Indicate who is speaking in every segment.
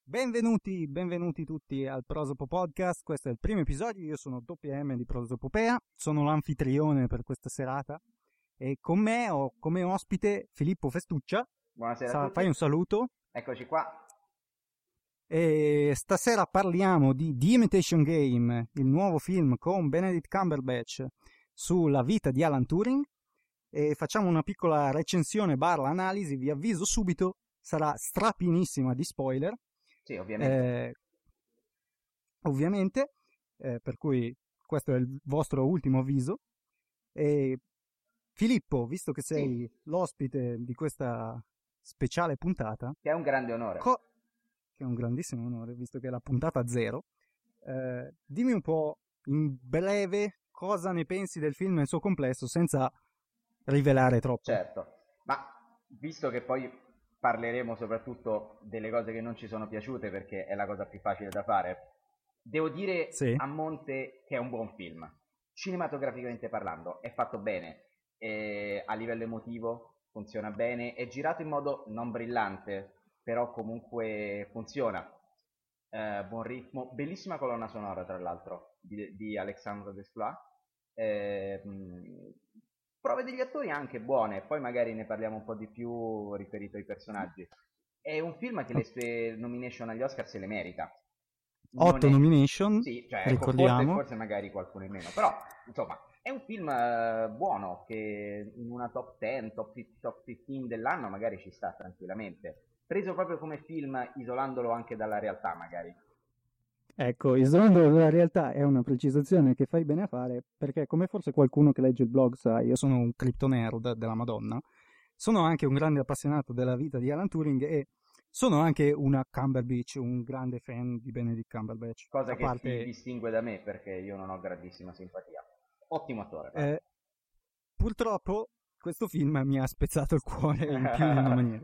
Speaker 1: Benvenuti tutti al Prosopo Podcast. Questo è il primo episodio. Io sono WM di Prosopopea, sono l'anfitrione per questa serata e con me ho come ospite Filippo Festuccia.
Speaker 2: Buonasera a tutti.
Speaker 1: Fai un saluto.
Speaker 2: Eccoci qua.
Speaker 1: E stasera parliamo di The Imitation Game, il nuovo film con Benedict Cumberbatch sulla vita di Alan Turing, e facciamo una piccola recensione / analisi. Vi avviso subito, sarà strapinissima di spoiler.
Speaker 2: Sì, ovviamente.
Speaker 1: Per cui questo è il vostro ultimo avviso. E Filippo, visto che sei l'ospite di questa speciale puntata,
Speaker 2: che è un grande onore,
Speaker 1: che è un grandissimo onore, visto che è la puntata 0, dimmi un po' in breve cosa ne pensi del film nel suo complesso, senza rivelare troppo.
Speaker 2: Certo, ma visto che poi parleremo soprattutto delle cose che non ci sono piaciute, perché è la cosa più facile da fare, devo dire a monte che è un buon film. Cinematograficamente parlando è fatto bene, a livello emotivo funziona bene, è girato in modo non brillante, però comunque funziona. Buon ritmo, bellissima colonna sonora tra l'altro di Alexandre Desplat. Prove degli attori anche buone, poi magari ne parliamo un po' di più riferito ai personaggi. È un film che le sue nomination agli Oscar se le merita.
Speaker 1: 8 nomination,
Speaker 2: sì, cioè,
Speaker 1: ricordiamo.
Speaker 2: Forse magari qualcuno in meno, però insomma è un film buono che in una top 10, top 15 dell'anno magari ci sta tranquillamente. Preso proprio come film, isolandolo anche dalla realtà magari.
Speaker 1: Ecco, isolandolo dalla realtà è una precisazione che fai bene a fare, perché come forse qualcuno che legge il blog sa, io sono un criptonerd della Madonna, sono anche un grande appassionato della vita di Alan Turing e sono anche un grande fan di Benedict Cumberbatch.
Speaker 2: Cosa che ti distingue da me, perché io non ho grandissima simpatia. Ottimo attore.
Speaker 1: Purtroppo questo film mi ha spezzato il cuore in più di una maniera.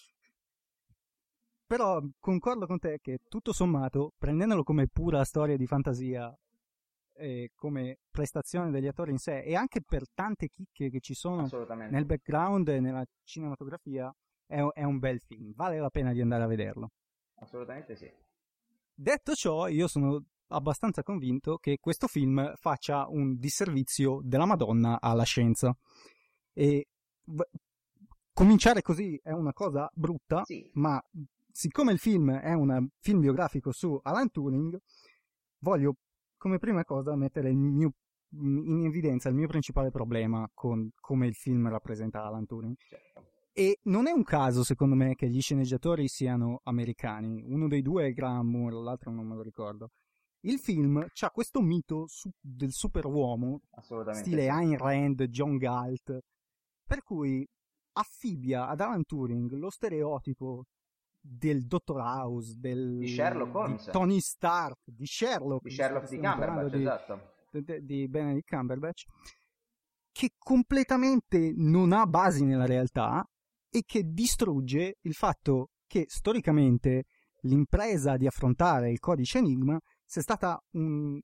Speaker 1: Però concordo con te che tutto sommato, prendendolo come pura storia di fantasia e come prestazione degli attori in sé, e anche per tante chicche che ci sono nel background e nella cinematografia, è un bel film, vale la pena di andare a vederlo.
Speaker 2: Assolutamente sì.
Speaker 1: Detto ciò, io sono abbastanza convinto che questo film faccia un disservizio della Madonna alla scienza. E cominciare così è una cosa brutta,
Speaker 2: sì.
Speaker 1: Ma siccome il film è un film biografico su Alan Turing, voglio come prima cosa mettere in evidenza il mio principale problema con come il film rappresenta Alan Turing.
Speaker 2: Certo.
Speaker 1: E non è un caso, secondo me, che gli sceneggiatori siano americani. Uno dei due è Graham Moore, l'altro non me lo ricordo. Il film c'ha questo mito del superuomo, stile
Speaker 2: sì.
Speaker 1: Ayn Rand, John Galt, per cui affibbia ad Alan Turing lo stereotipo del Dottor House,
Speaker 2: di Sherlock Holmes,
Speaker 1: di Tony Stark, di Sherlock
Speaker 2: di Cumberbatch, esatto,
Speaker 1: di Benedict Cumberbatch, che completamente non ha basi nella realtà e che distrugge il fatto che storicamente l'impresa di affrontare il codice Enigma sia stata un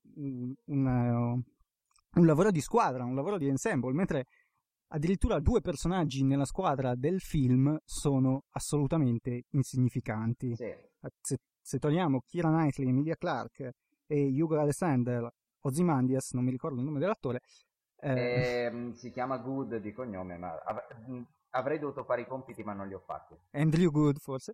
Speaker 1: lavoro di squadra, un lavoro di ensemble, mentre addirittura 2 personaggi nella squadra del film sono assolutamente insignificanti.
Speaker 2: Sì.
Speaker 1: Se togliamo Keira Knightley, Emilia Clarke e Hugo Alexander, Ozymandias, non mi ricordo il nome dell'attore,
Speaker 2: si chiama Good di cognome, ma avrei dovuto fare i compiti ma non li ho fatti.
Speaker 1: Andrew Good forse.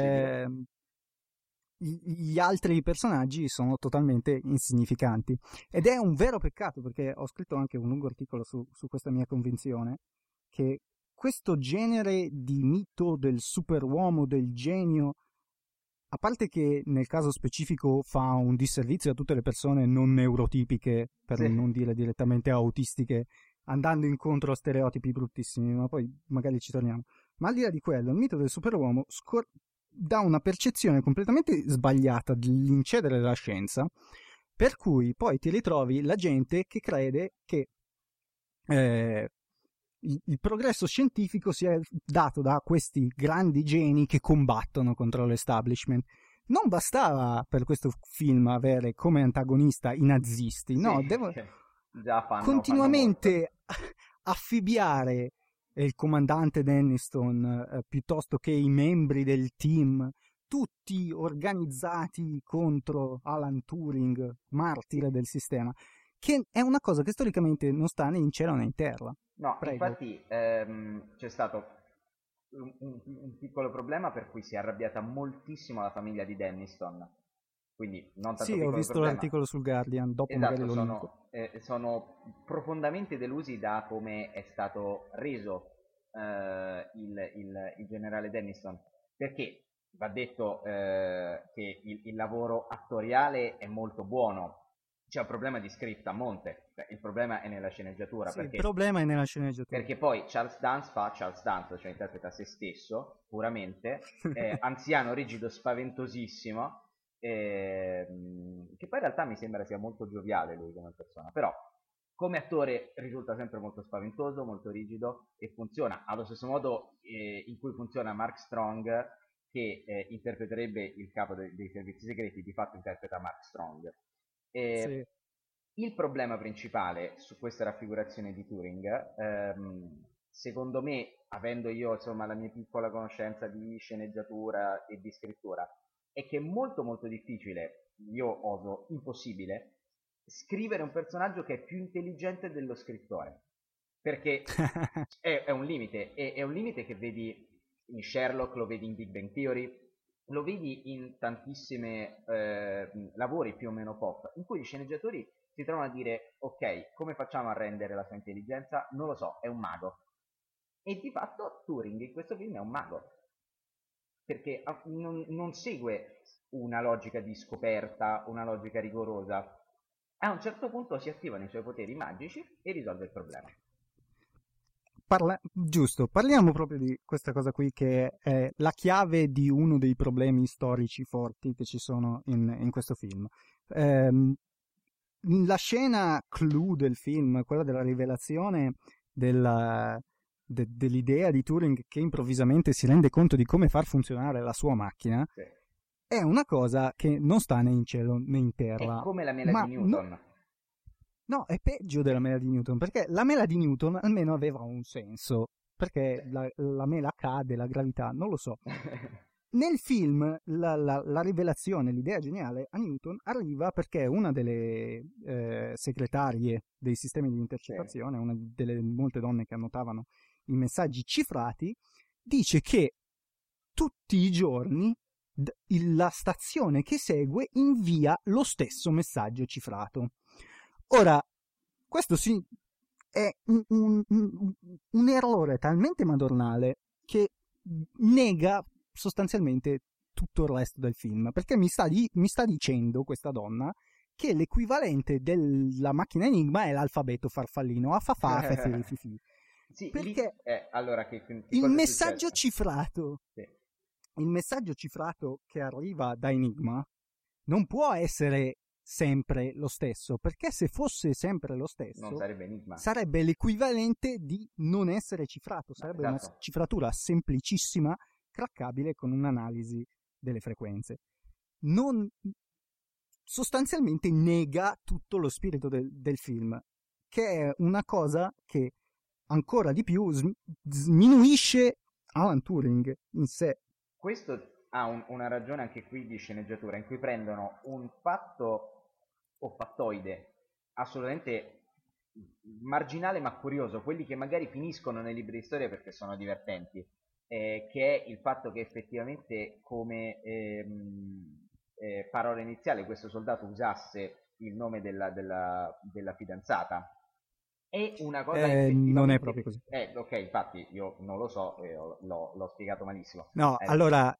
Speaker 1: Gli altri personaggi sono totalmente insignificanti ed è un vero peccato, perché ho scritto anche un lungo articolo su questa mia convinzione, che questo genere di mito del superuomo, del genio, a parte che nel caso specifico fa un disservizio a tutte le persone non neurotipiche, per non dire direttamente autistiche, andando incontro a stereotipi bruttissimi, ma poi magari ci torniamo. Ma al di là di quello, il mito del superuomo dà una percezione completamente sbagliata dell'incedere della scienza, per cui poi ti ritrovi la gente che crede che il progresso scientifico sia dato da questi grandi geni che combattono contro l'establishment. Non bastava per questo film avere come antagonista i nazisti, no, devo continuamente affibbiare il comandante Denniston piuttosto che i membri del team tutti organizzati contro Alan Turing, martire del sistema, che è una cosa che storicamente non sta né in cielo né in terra.
Speaker 2: No,
Speaker 1: Prego.
Speaker 2: infatti c'è stato un piccolo problema per cui si è arrabbiata moltissimo la famiglia di Denniston, quindi non tanto
Speaker 1: Sì, ho
Speaker 2: piccolo
Speaker 1: visto
Speaker 2: problema.
Speaker 1: l'articolo sul Guardian, dopo magari
Speaker 2: Esatto,
Speaker 1: lo linko.
Speaker 2: sono profondamente delusi da come è stato reso il generale Denniston, perché va detto che il lavoro attoriale è molto buono, c'è un problema di script a monte, cioè, il problema è nella sceneggiatura,
Speaker 1: Sì, il problema è nella sceneggiatura.
Speaker 2: perché poi Charles Dance fa Charles Dance, cioè interpreta se stesso puramente, anziano, rigido, spaventosissimo, che poi in realtà mi sembra sia molto gioviale lui come persona, però come attore risulta sempre molto spaventoso, molto rigido e funziona allo stesso modo in cui funziona Mark Strong, che interpreterebbe il capo dei servizi segreti, di fatto interpreta Mark Strong.
Speaker 1: Sì.
Speaker 2: Il problema principale su questa raffigurazione di Turing, secondo me, avendo io insomma la mia piccola conoscenza di sceneggiatura e di scrittura, è che è molto molto difficile, io oso impossibile, scrivere un personaggio che è più intelligente dello scrittore, perché è un limite, è un limite che vedi in Sherlock, lo vedi in Big Bang Theory, lo vedi in tantissime lavori più o meno pop, in cui gli sceneggiatori si trovano a dire ok, come facciamo a rendere la sua intelligenza? Non lo so, è un mago. E di fatto Turing in questo film è un mago, perché non segue una logica di scoperta, una logica rigorosa. A un certo punto si attivano i suoi poteri magici e risolve il problema.
Speaker 1: Giusto, parliamo proprio di questa cosa qui che è la chiave di uno dei problemi storici forti che ci sono in questo film. La scena clou del film, quella della rivelazione dell'idea di Turing che improvvisamente si rende conto di come far funzionare la sua macchina,
Speaker 2: sì,
Speaker 1: è una cosa che non sta né in cielo né in terra.
Speaker 2: è come la mela di Newton.
Speaker 1: No, è peggio della mela di Newton, perché la mela di Newton almeno aveva un senso, perché la mela cade, la gravità, non lo so. Nel film la rivelazione, l'idea geniale a Newton arriva perché una delle segretarie dei sistemi di intercettazione, una delle molte donne che annotavano i messaggi cifrati, dice che tutti i giorni la stazione che segue invia lo stesso messaggio cifrato. Ora, questo è un errore talmente madornale che nega sostanzialmente tutto il resto del film, perché mi sta dicendo questa donna che l'equivalente della macchina Enigma è l'alfabeto farfallino, afafà, fefirififi.
Speaker 2: Sì,
Speaker 1: perché
Speaker 2: allora
Speaker 1: il messaggio cifrato,
Speaker 2: sì,
Speaker 1: il messaggio cifrato che arriva da Enigma non può essere sempre lo stesso, perché se fosse sempre lo stesso
Speaker 2: non sarebbe Enigma,
Speaker 1: sarebbe l'equivalente di non essere cifrato, sarebbe
Speaker 2: esatto.
Speaker 1: Una cifratura semplicissima, craccabile con un'analisi delle frequenze. Sostanzialmente nega tutto lo spirito del film, che è una cosa che ancora di più sminuisce Alan Turing in sé.
Speaker 2: Questo ha una ragione anche qui di sceneggiatura, in cui prendono un fatto o fattoide assolutamente marginale ma curioso, quelli che magari finiscono nei libri di storia perché sono divertenti, che è il fatto che effettivamente come parola iniziale questo soldato usasse il nome della fidanzata. È una cosa effettivamente...
Speaker 1: Non è proprio così.
Speaker 2: Ok, infatti io non lo so, l'ho spiegato malissimo.
Speaker 1: No, allora,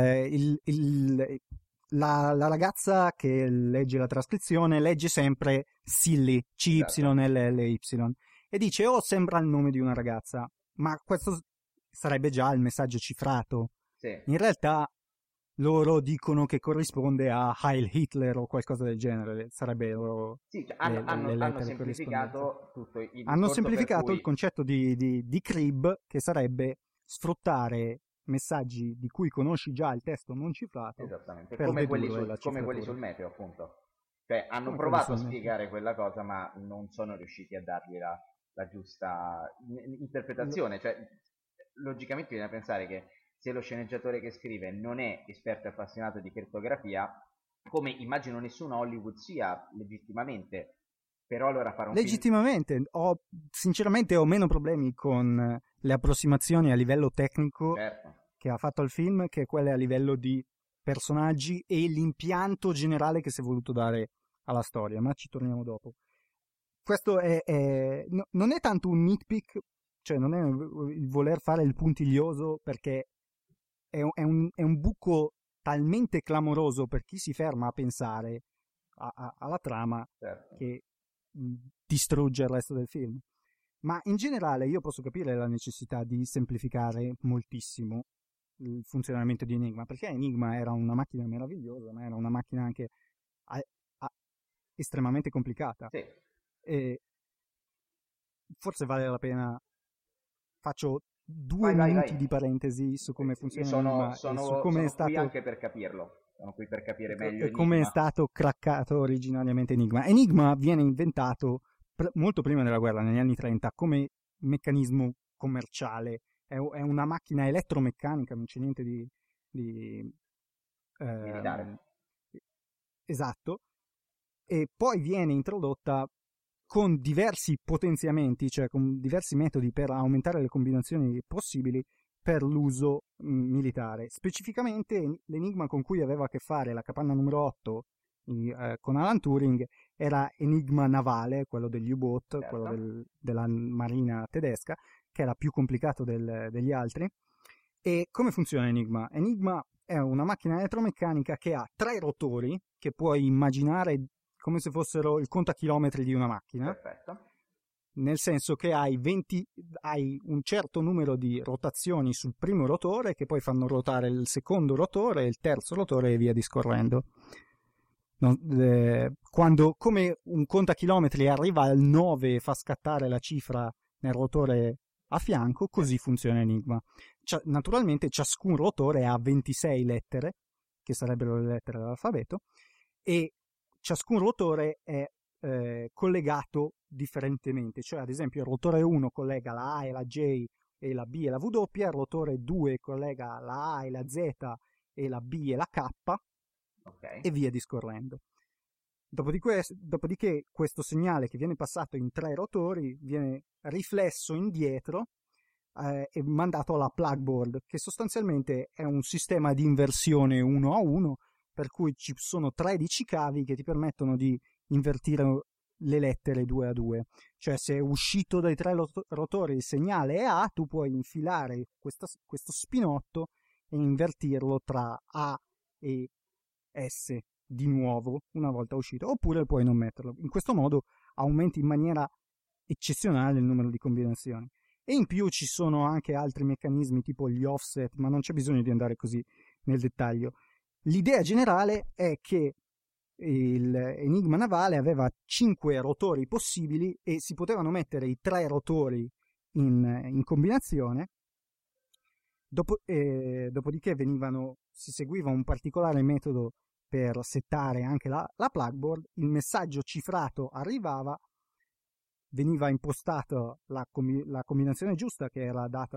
Speaker 1: la ragazza che legge la trascrizione legge sempre Silly, CYLLY, e dice, oh, sembra il nome di una ragazza, ma questo sarebbe già il messaggio cifrato.
Speaker 2: Sì.
Speaker 1: In realtà loro dicono che corrisponde a Heil Hitler o qualcosa del genere, sarebbero
Speaker 2: sì, cioè hanno semplificato tutto il discorso.
Speaker 1: Hanno semplificato
Speaker 2: per cui...
Speaker 1: il concetto di crib, che sarebbe sfruttare messaggi di cui conosci già il testo non cifrato.
Speaker 2: Esattamente, come quelli sul meteo, appunto. Cioè, hanno come provato a spiegare quella cosa, ma non sono riusciti a dargli la giusta interpretazione. Cioè, logicamente bisogna pensare che se lo sceneggiatore che scrive non è esperto e appassionato di crittografia, come immagino nessuno a Hollywood sia legittimamente, però allora fare un
Speaker 1: legittimamente
Speaker 2: film...
Speaker 1: sinceramente ho meno problemi con le approssimazioni a livello tecnico,
Speaker 2: certo,
Speaker 1: che ha fatto il film, che quelle a livello di personaggi e l'impianto generale che si è voluto dare alla storia, ma ci torniamo dopo. Questo non è tanto un nitpick, cioè non è il voler fare il puntiglioso, perché è un buco talmente clamoroso per chi si ferma a pensare alla trama,
Speaker 2: certo,
Speaker 1: che distrugge il resto del film. Ma in generale io posso capire la necessità di semplificare moltissimo il funzionamento di Enigma, perché Enigma era una macchina meravigliosa, ma era una macchina anche estremamente complicata.
Speaker 2: Sì.
Speaker 1: E forse vale la pena, faccio 2 minuti di parentesi su come funziona Enigma e su come è stato
Speaker 2: qui anche per capirlo. Sono qui per capire meglio Enigma.
Speaker 1: Come è stato craccato originariamente Enigma. Enigma viene inventato molto prima della guerra, negli anni 30, come meccanismo commerciale. È una macchina elettromeccanica, non c'è niente di
Speaker 2: militare.
Speaker 1: Esatto. E poi viene introdotta con diversi potenziamenti, cioè con diversi metodi per aumentare le combinazioni possibili per l'uso militare. Specificamente l'enigma con cui aveva a che fare la capanna numero 8 con Alan Turing era enigma navale, quello degli U-boat, certo, quello della marina tedesca, che era più complicato degli altri. E come funziona Enigma? Enigma è una macchina elettromeccanica che ha 3 rotori, che puoi immaginare come se fossero il contachilometri di una macchina.
Speaker 2: Perfetto.
Speaker 1: Nel senso che hai un certo numero di rotazioni sul primo rotore, che poi fanno ruotare il secondo rotore, il terzo rotore e via discorrendo. Quando come un contachilometri arriva al 9 e fa scattare la cifra nel rotore a fianco, così funziona Enigma. Naturalmente ciascun rotore ha 26 lettere, che sarebbero le lettere dell'alfabeto, e ciascun rotore è collegato differentemente, cioè ad esempio il rotore 1 collega la A e la J e la B e la W, il rotore 2 collega la A e la Z e la B e la K, okay, e via discorrendo. Dopodiché questo segnale, che viene passato in 3 rotori, viene riflesso indietro e mandato alla plugboard, che sostanzialmente è un sistema di inversione 1 a 1, per cui ci sono 13 cavi che ti permettono di invertire le lettere 2 a 2. Cioè, se è uscito dai 3 rotori il segnale è A, tu puoi infilare questo spinotto e invertirlo tra A e S di nuovo una volta uscito, oppure puoi non metterlo. In questo modo aumenti in maniera eccezionale il numero di combinazioni. E in più ci sono anche altri meccanismi tipo gli offset, ma non c'è bisogno di andare così nel dettaglio. L'idea generale è che l'enigma navale aveva 5 rotori possibili e si potevano mettere i 3 rotori in combinazione. Dopodiché si seguiva un particolare metodo per settare anche la plugboard. Il messaggio cifrato arrivava, veniva impostata la combinazione giusta, che era data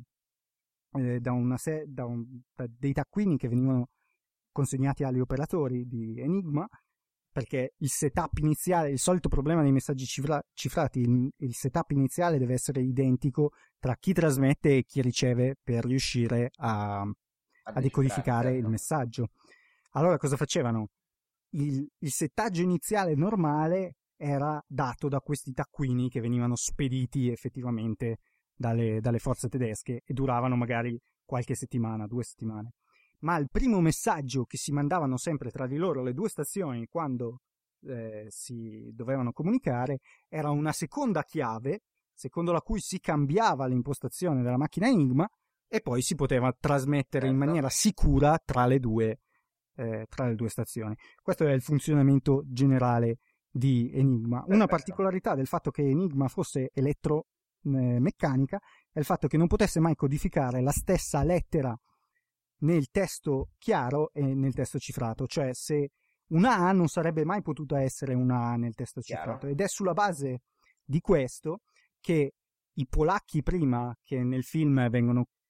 Speaker 1: dei taccuini che venivano consegnati agli operatori di Enigma, perché il setup iniziale, il solito problema dei messaggi cifrati, il setup iniziale deve essere identico tra chi trasmette e chi riceve per riuscire a decodificare il messaggio. Allora cosa facevano? Il settaggio iniziale normale era dato da questi taccuini che venivano spediti effettivamente dalle forze tedesche e duravano magari qualche settimana, 2 settimane. Ma il primo messaggio che si mandavano sempre tra di loro le 2 stazioni quando si dovevano comunicare era una seconda chiave, secondo la cui si cambiava l'impostazione della macchina Enigma e poi si poteva trasmettere in maniera sicura tra le due stazioni. Questo è il funzionamento generale di Enigma. Una particolarità del fatto che Enigma fosse elettromeccanica è il fatto che non potesse mai codificare la stessa lettera nel testo chiaro e nel testo cifrato, cioè se una A non sarebbe mai potuta essere una A nel testo cifrato, ed è sulla base di questo che i polacchi, prima che nel film vengono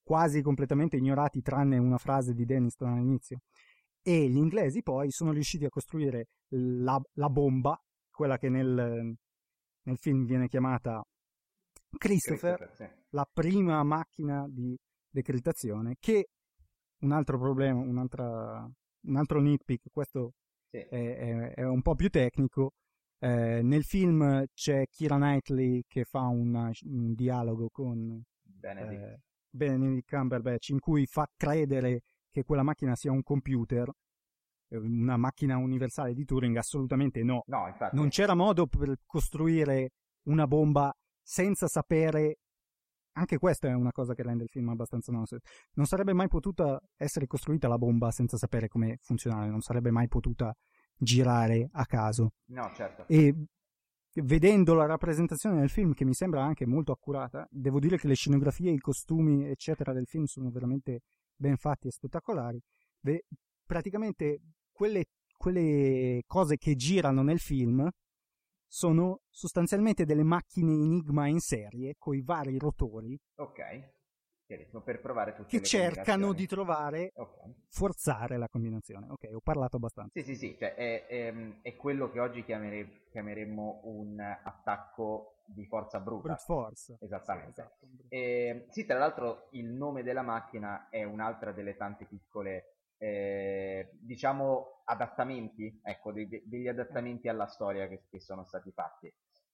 Speaker 1: quasi completamente ignorati tranne una frase di Denniston all'inizio. E gli inglesi poi sono riusciti a costruire la bomba, quella che nel film viene chiamata Christopher,
Speaker 2: sì.
Speaker 1: la prima macchina di decrittazione, che un altro problema, un altro nitpick, questo
Speaker 2: sì.
Speaker 1: è un po' più tecnico. Nel film c'è Keira Knightley che fa un dialogo con Benedict Cumberbatch in cui fa credere che quella macchina sia un computer, una macchina universale di Turing. Assolutamente no.
Speaker 2: No, infatti.
Speaker 1: Non c'era modo per costruire una bomba senza sapere. Anche questa è una cosa che rende il film abbastanza nonsense. Non sarebbe mai potuta essere costruita la bomba senza sapere come funzionare, non sarebbe mai potuta girare a caso.
Speaker 2: No, certo.
Speaker 1: E vedendo la rappresentazione del film, che mi sembra anche molto accurata, devo dire che le scenografie, i costumi, eccetera, del film sono veramente ben fatti e spettacolari. Praticamente quelle cose che girano nel film sono sostanzialmente delle macchine Enigma in serie con i vari rotori.
Speaker 2: Ok. Per provare tutte
Speaker 1: che
Speaker 2: le
Speaker 1: cercano di trovare, forzare la combinazione. Ok, ho parlato abbastanza.
Speaker 2: Sì, cioè è quello che oggi chiameremmo un attacco di forza bruta.
Speaker 1: Brute force.
Speaker 2: Esattamente. Sì, esatto. Sì, tra l'altro il nome della macchina è un'altra delle tante piccole, diciamo, adattamenti, ecco, degli adattamenti alla storia che sono stati fatti.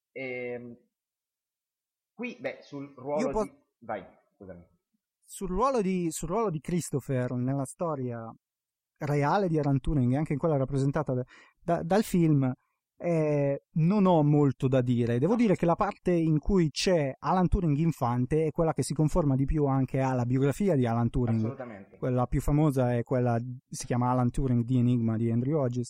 Speaker 2: Qui, sul ruolo di... Vai, scusami.
Speaker 1: Sul ruolo di Christopher nella storia reale di Alan Turing e anche in quella rappresentata dal film, non ho molto da dire. Devo dire che la parte in cui c'è Alan Turing infante è quella che si conforma di più anche alla biografia di Alan Turing.
Speaker 2: Assolutamente.
Speaker 1: Quella più famosa è quella, si chiama Alan Turing The Enigma di Andrew Hodges.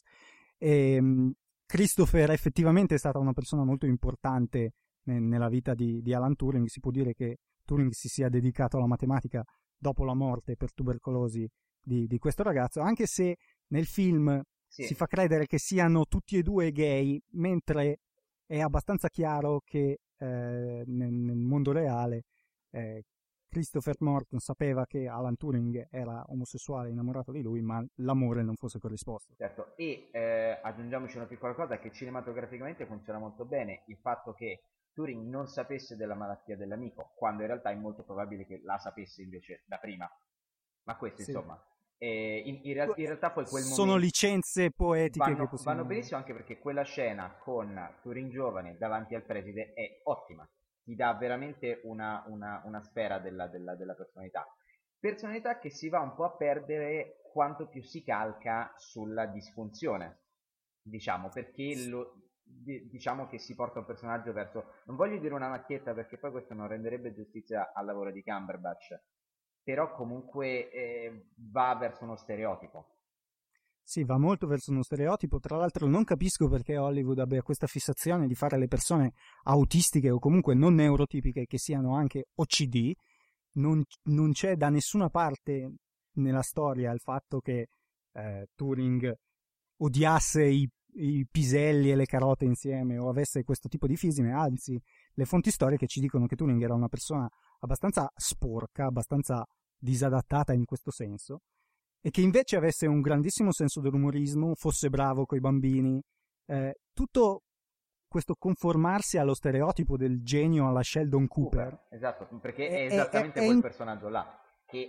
Speaker 1: Christopher effettivamente è stata una persona molto importante nella vita di Alan Turing. Si può dire che Turing si sia dedicato alla matematica dopo la morte per tubercolosi di questo ragazzo, anche se nel film si fa credere che siano tutti e due gay, mentre è abbastanza chiaro che nel mondo reale Christopher Morton sapeva che Alan Turing era omosessuale, innamorato di lui, ma l'amore non fosse corrisposto.
Speaker 2: Certo, e aggiungiamoci una piccola cosa, che cinematograficamente funziona molto bene il fatto che Turing non sapesse della malattia dell'amico, quando in realtà è molto probabile che la sapesse invece da prima. Ma questo, sì, insomma, in realtà poi quel momento...
Speaker 1: Sono licenze poetiche che
Speaker 2: vanno benissimo, anche perché quella scena con Turing giovane davanti al preside è ottima. Ti dà veramente una sfera della personalità. Personalità che si va un po' a perdere quanto più si calca sulla disfunzione, diciamo, perché diciamo che si porta un personaggio verso, non voglio dire una macchietta perché poi questo non renderebbe giustizia al lavoro di Cumberbatch, però comunque va verso uno stereotipo.
Speaker 1: Sì, va molto verso uno stereotipo. Tra l'altro non capisco perché Hollywood abbia questa fissazione di fare le persone autistiche o comunque non neurotipiche che siano anche OCD. Non c'è da nessuna parte nella storia il fatto che Turing odiasse i piselli e le carote insieme o avesse questo tipo di fisime, anzi le fonti storiche ci dicono che Turing era una persona abbastanza sporca, abbastanza disadattata in questo senso, e che invece avesse un grandissimo senso dell'umorismo, fosse bravo coi bambini, tutto questo conformarsi allo stereotipo del genio alla Sheldon Cooper.
Speaker 2: Esatto, perché è esattamente quel personaggio là, che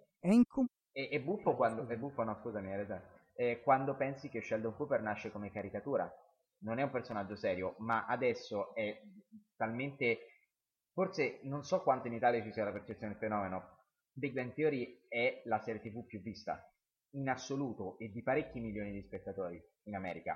Speaker 2: è buffo quando... È buffo, no, scusami, hai ragione. Quando pensi che Sheldon Cooper nasce come caricatura, non è un personaggio serio, ma adesso è talmente, forse non so quanto in Italia ci sia la percezione del fenomeno. Big Bang Theory è la serie TV più vista in assoluto e di parecchi milioni di spettatori in America,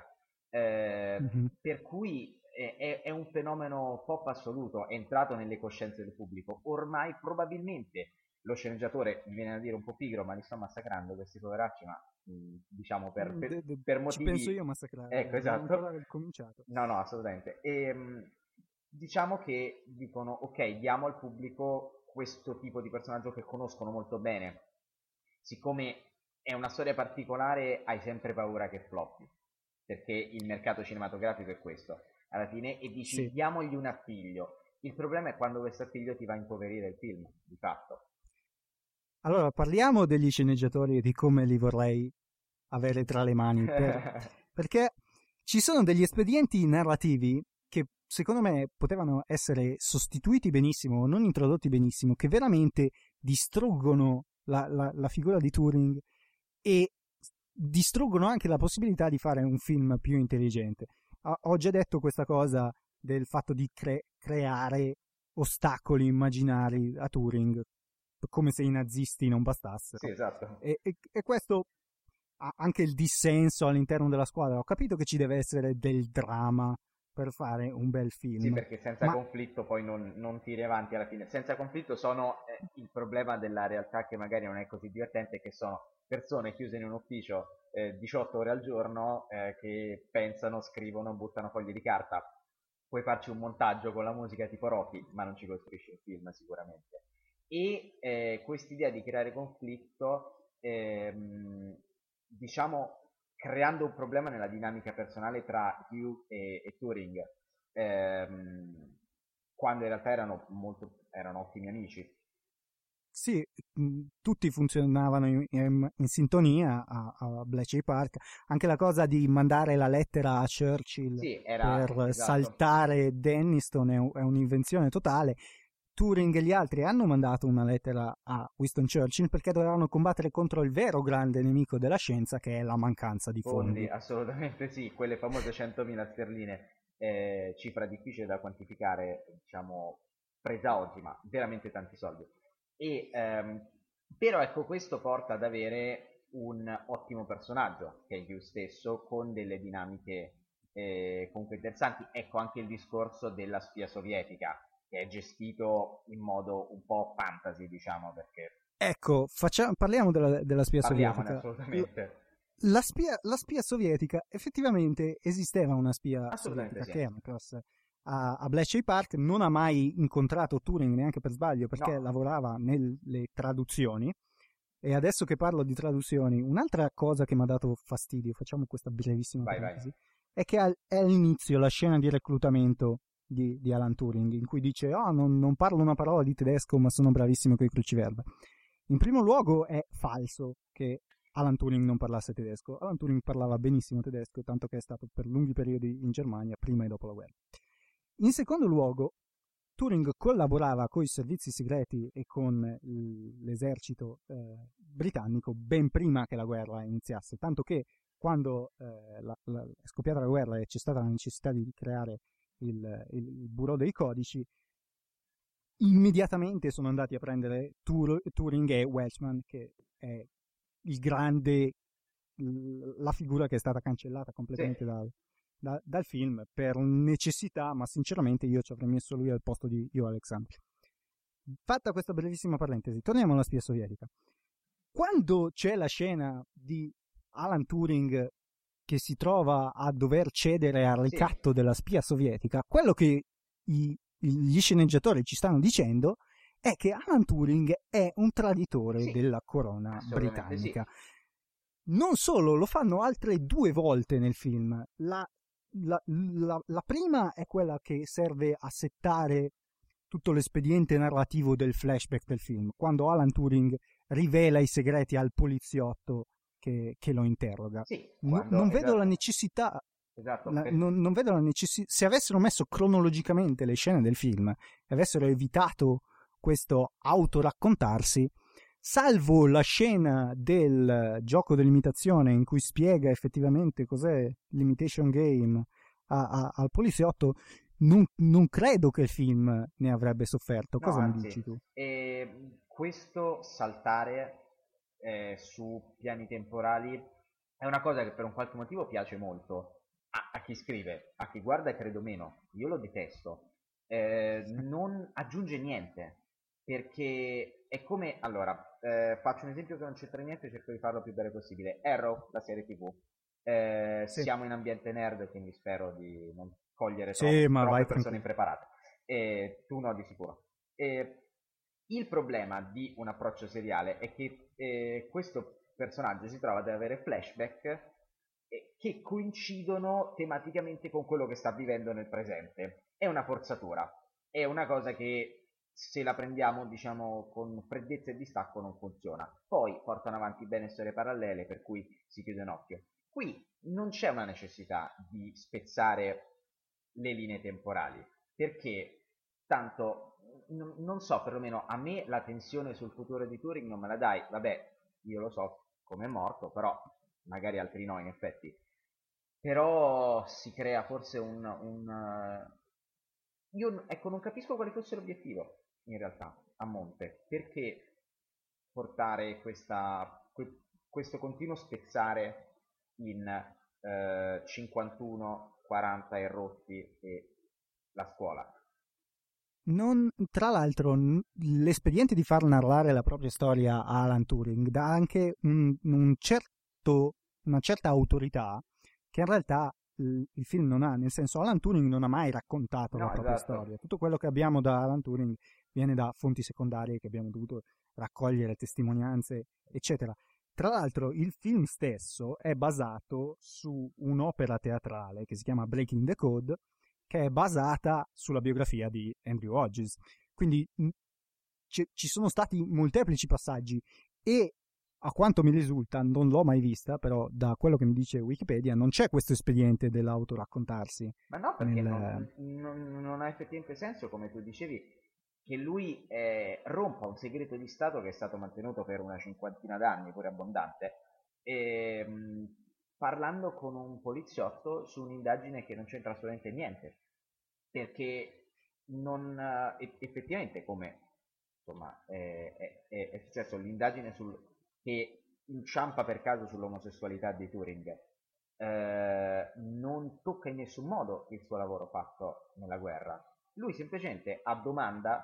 Speaker 2: per cui è un fenomeno pop assoluto, è entrato nelle coscienze del pubblico. Ormai probabilmente lo sceneggiatore, mi viene a dire un po' pigro, ma li sto massacrando questi poveracci, ma diciamo per motivi...
Speaker 1: Ci penso io a massacrare.
Speaker 2: Ecco, esatto.
Speaker 1: Non ho ancora cominciato.
Speaker 2: No, assolutamente. Diciamo che dicono, ok, diamo al pubblico questo tipo di personaggio che conoscono molto bene. Siccome è una storia particolare, hai sempre paura che floppi, perché il mercato cinematografico è questo alla fine, e dici sì, diamogli un appiglio. Il problema è quando questo appiglio ti va a impoverire il film, di fatto.
Speaker 1: Allora, parliamo degli sceneggiatori e di come li vorrei avere tra le mani, perché ci sono degli espedienti narrativi che secondo me potevano essere sostituiti benissimo o non introdotti benissimo, che veramente distruggono la figura di Turing e distruggono anche la possibilità di fare un film più intelligente. Ho già detto questa cosa del fatto di creare ostacoli immaginari a Turing, come se i nazisti non bastassero.
Speaker 2: Sì, esatto.
Speaker 1: E questo, anche il dissenso all'interno della squadra, ho capito che ci deve essere del dramma per fare un bel film.
Speaker 2: Sì, perché senza conflitto poi non tiri avanti alla fine. Senza conflitto sono il problema della realtà che magari non è così divertente, che sono persone chiuse in un ufficio 18 ore al giorno che pensano, scrivono, buttano fogli di carta. Puoi farci un montaggio con la musica tipo Rocky, ma non ci costruisci un film sicuramente. E quest'idea di creare conflitto, diciamo, creando un problema nella dinamica personale tra Hugh e Turing, quando in realtà erano ottimi amici.
Speaker 1: Sì, tutti funzionavano in sintonia a Bletchley Park. Anche la cosa di mandare la lettera a Churchill per saltare Denniston è un'invenzione totale. Turing e gli altri hanno mandato una lettera a Winston Churchill perché dovevano combattere contro il vero grande nemico della scienza, che è la mancanza di fondi.
Speaker 2: Assolutamente sì, quelle famose 100.000 sterline, cifra difficile da quantificare, diciamo, presa oggi, ma veramente tanti soldi. Però ecco, questo porta ad avere un ottimo personaggio, che è Hugh stesso, con delle dinamiche comunque interessanti. Ecco anche il discorso della spia sovietica, che è gestito in modo un po' fantasy, diciamo, perché...
Speaker 1: Ecco, parliamo della spia
Speaker 2: Parliamone,
Speaker 1: sovietica.
Speaker 2: assolutamente.
Speaker 1: La spia sovietica, effettivamente esisteva una spia sovietica
Speaker 2: Sì.
Speaker 1: che era a Bletchley Park, non ha mai incontrato Turing neanche per sbaglio perché lavorava nelle traduzioni. E adesso che parlo di traduzioni, un'altra cosa che mi ha dato fastidio, facciamo questa brevissima parentesi, è che è all'inizio la scena di reclutamento di Alan Turing, in cui dice non parlo una parola di tedesco ma sono bravissimo con i cruciverba. In primo luogo è falso che Alan Turing non parlasse tedesco. Alan Turing parlava benissimo tedesco, tanto che è stato per lunghi periodi in Germania prima e dopo la guerra. In secondo luogo, Turing collaborava con i servizi segreti e con l'esercito britannico ben prima che la guerra iniziasse, tanto che quando è scoppiata la guerra e c'è stata la necessità di creare il Bureau dei Codici, immediatamente sono andati a prendere Turing e Welshman, che è il grande, la figura che è stata cancellata completamente dal film per necessità, ma sinceramente io ci avrei messo lui al posto di Io Alexander. Fatta questa brevissima parentesi, torniamo alla spia sovietica. Quando c'è la scena di Alan Turing che si trova a dover cedere al ricatto della spia sovietica, quello che gli sceneggiatori ci stanno dicendo è che Alan Turing è un traditore della corona britannica. Non solo, lo fanno altre 2 volte nel film. La prima è quella che serve a settare tutto l'espediente narrativo del flashback del film, quando Alan Turing rivela i segreti al poliziotto che lo interroga. Non vedo la necessità. Non vedo la necessità. Se avessero messo cronologicamente le scene del film e avessero evitato questo autoraccontarsi, salvo la scena del gioco dell'imitazione in cui spiega effettivamente cos'è l'imitation game al poliziotto, non credo che il film ne avrebbe sofferto. Cosa mi dici tu?
Speaker 2: Questo saltare su piani temporali è una cosa che per un qualche motivo piace molto a chi scrive, a chi guarda credo meno. Io lo detesto. Non aggiunge niente, perché è come... Allora, faccio un esempio che non c'entra niente, cerco di farlo il più breve possibile. Arrow, la serie TV. Siamo in ambiente nerd, quindi spero di non cogliere troppe persone impreparate. Tu no, di sicuro. Il problema di un approccio seriale è che questo personaggio si trova ad avere flashback che coincidono tematicamente con quello che sta vivendo nel presente. È una forzatura, è una cosa che se la prendiamo, diciamo, con freddezza e distacco non funziona. Poi portano avanti bene storie parallele, per cui si chiude un occhio. Qui non c'è una necessità di spezzare le linee temporali, perché tanto, non so, perlomeno a me la tensione sul futuro di Turing non me la dai. Vabbè, io lo so come è morto, però magari altri no, in effetti. Però si crea forse io, ecco, non capisco quale fosse l'obiettivo, in realtà, a monte. Perché portare questo continuo spezzare in 51, 40 e rotti e la scuola?
Speaker 1: Tra l'altro, l'espediente di far narrare la propria storia a Alan Turing dà anche una certa autorità che in realtà il film non ha, nel senso Alan Turing non ha mai raccontato la
Speaker 2: No,
Speaker 1: propria
Speaker 2: esatto.
Speaker 1: storia. Tutto quello che abbiamo da Alan Turing viene da fonti secondarie che abbiamo dovuto raccogliere, testimonianze, eccetera. Tra l'altro il film stesso è basato su un'opera teatrale che si chiama Breaking the Code, che è basata sulla biografia di Andrew Hodges. Quindi ci sono stati molteplici passaggi e a quanto mi risulta, non l'ho mai vista, però da quello che mi dice Wikipedia non c'è questo espediente dell'autoraccontarsi.
Speaker 2: Ma no, perché non ha effettivamente senso, come tu dicevi, che lui rompa un segreto di Stato che è stato mantenuto per una cinquantina d'anni, pure abbondante, e, parlando con un poliziotto su un'indagine che non c'entra assolutamente niente, perché non, effettivamente, come insomma è successo, l'indagine che inciampa per caso sull'omosessualità di Turing, non tocca in nessun modo il suo lavoro fatto nella guerra. Lui semplicemente, a domanda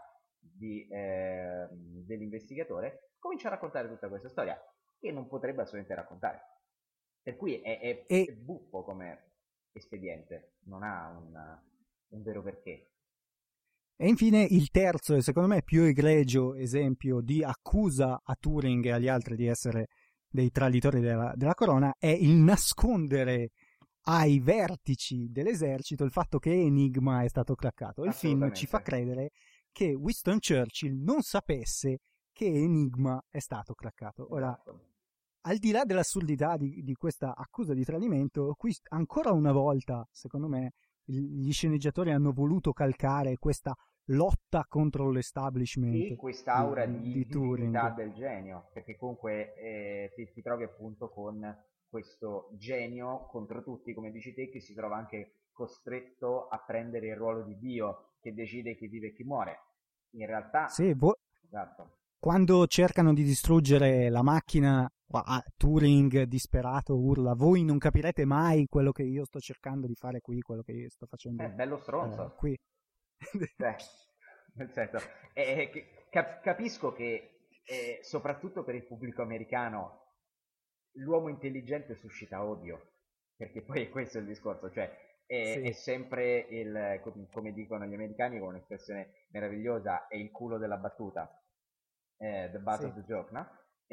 Speaker 2: dell'investigatore, comincia a raccontare tutta questa storia che non potrebbe assolutamente raccontare. Per cui
Speaker 1: E
Speaker 2: è buffo come espediente, non ha un vero perché.
Speaker 1: E infine il terzo e secondo me più egregio esempio di accusa a Turing e agli altri di essere dei traditori della corona è il nascondere ai vertici dell'esercito il fatto che Enigma è stato craccato. Il film ci fa
Speaker 2: Assolutamente.
Speaker 1: credere che Winston Churchill non sapesse che Enigma è stato craccato. Ora,
Speaker 2: Esatto.
Speaker 1: al di là dell'assurdità di questa accusa di tradimento, qui ancora una volta, secondo me, gli sceneggiatori hanno voluto calcare questa lotta contro l'establishment
Speaker 2: E quest'aura
Speaker 1: di
Speaker 2: di divinità
Speaker 1: Turing.
Speaker 2: del genio, perché comunque ti trovi appunto con questo genio contro tutti, come dici te, che si trova anche costretto a prendere il ruolo di Dio, che decide chi vive e chi muore. In realtà,
Speaker 1: Sì,
Speaker 2: esatto.
Speaker 1: quando cercano di distruggere la macchina, Turing disperato urla: voi non capirete mai quello che io sto cercando di fare qui, quello che io sto
Speaker 2: È
Speaker 1: facendo
Speaker 2: bello stronzo.
Speaker 1: qui.
Speaker 2: Cioè, nel senso, capisco che soprattutto per il pubblico americano l'uomo intelligente suscita odio, perché poi questo è il discorso, cioè è
Speaker 1: Sì,
Speaker 2: sempre come dicono gli americani con un'espressione meravigliosa, è il culo della battuta, the butt
Speaker 1: sì.
Speaker 2: of the joke, no?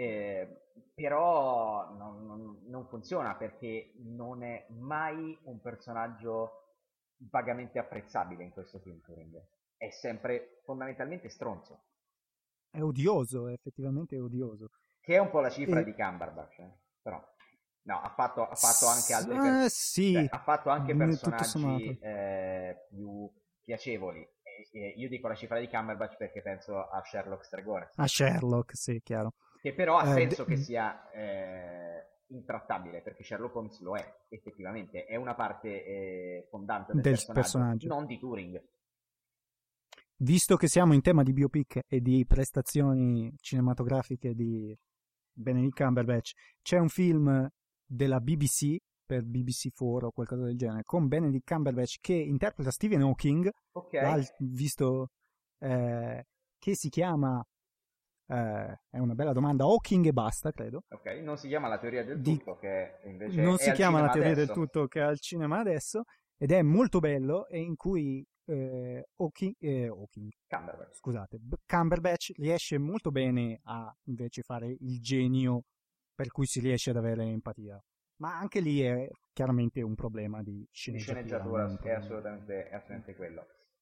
Speaker 2: Però non funziona perché non è mai un personaggio vagamente apprezzabile in questo film Turing. È sempre fondamentalmente stronzo,
Speaker 1: È odioso, è effettivamente odioso.
Speaker 2: che è un po' la cifra
Speaker 1: E,
Speaker 2: di Cumberbatch, però no, ha fatto anche altri cioè,
Speaker 1: sì,
Speaker 2: ha fatto anche
Speaker 1: tutto
Speaker 2: personaggi
Speaker 1: sommato.
Speaker 2: più piacevoli. Io dico la cifra di Cumberbatch perché penso a Sherlock Stregone,
Speaker 1: A Sherlock, sì, chiaro.
Speaker 2: che però ha
Speaker 1: Eh,
Speaker 2: senso che sia intrattabile, perché Sherlock Holmes lo è, effettivamente, è una parte fondante del
Speaker 1: del
Speaker 2: personaggio,
Speaker 1: personaggio.
Speaker 2: non di Turing.
Speaker 1: Visto che siamo in tema di biopic e di prestazioni cinematografiche di Benedict Cumberbatch, c'è un film della BBC, per BBC4 o qualcosa del genere, con Benedict Cumberbatch che interpreta Stephen Hawking,
Speaker 2: Ok,
Speaker 1: visto che si chiama, è una bella domanda, Hawking e basta, credo.
Speaker 2: ok, non si chiama La teoria del
Speaker 1: Di,
Speaker 2: tutto, che invece
Speaker 1: non
Speaker 2: è
Speaker 1: si
Speaker 2: al
Speaker 1: chiama La
Speaker 2: cinema
Speaker 1: teoria del
Speaker 2: adesso.
Speaker 1: tutto che è al cinema adesso, ed è molto bello e in cui
Speaker 2: Cumberbatch.
Speaker 1: scusate, Cumberbatch riesce molto bene a invece fare il genio per cui si riesce ad avere empatia. Ma anche lì è chiaramente un problema di
Speaker 2: Di
Speaker 1: sceneggiatura, non
Speaker 2: sceneggiatura
Speaker 1: un
Speaker 2: è
Speaker 1: problema
Speaker 2: assolutamente quello.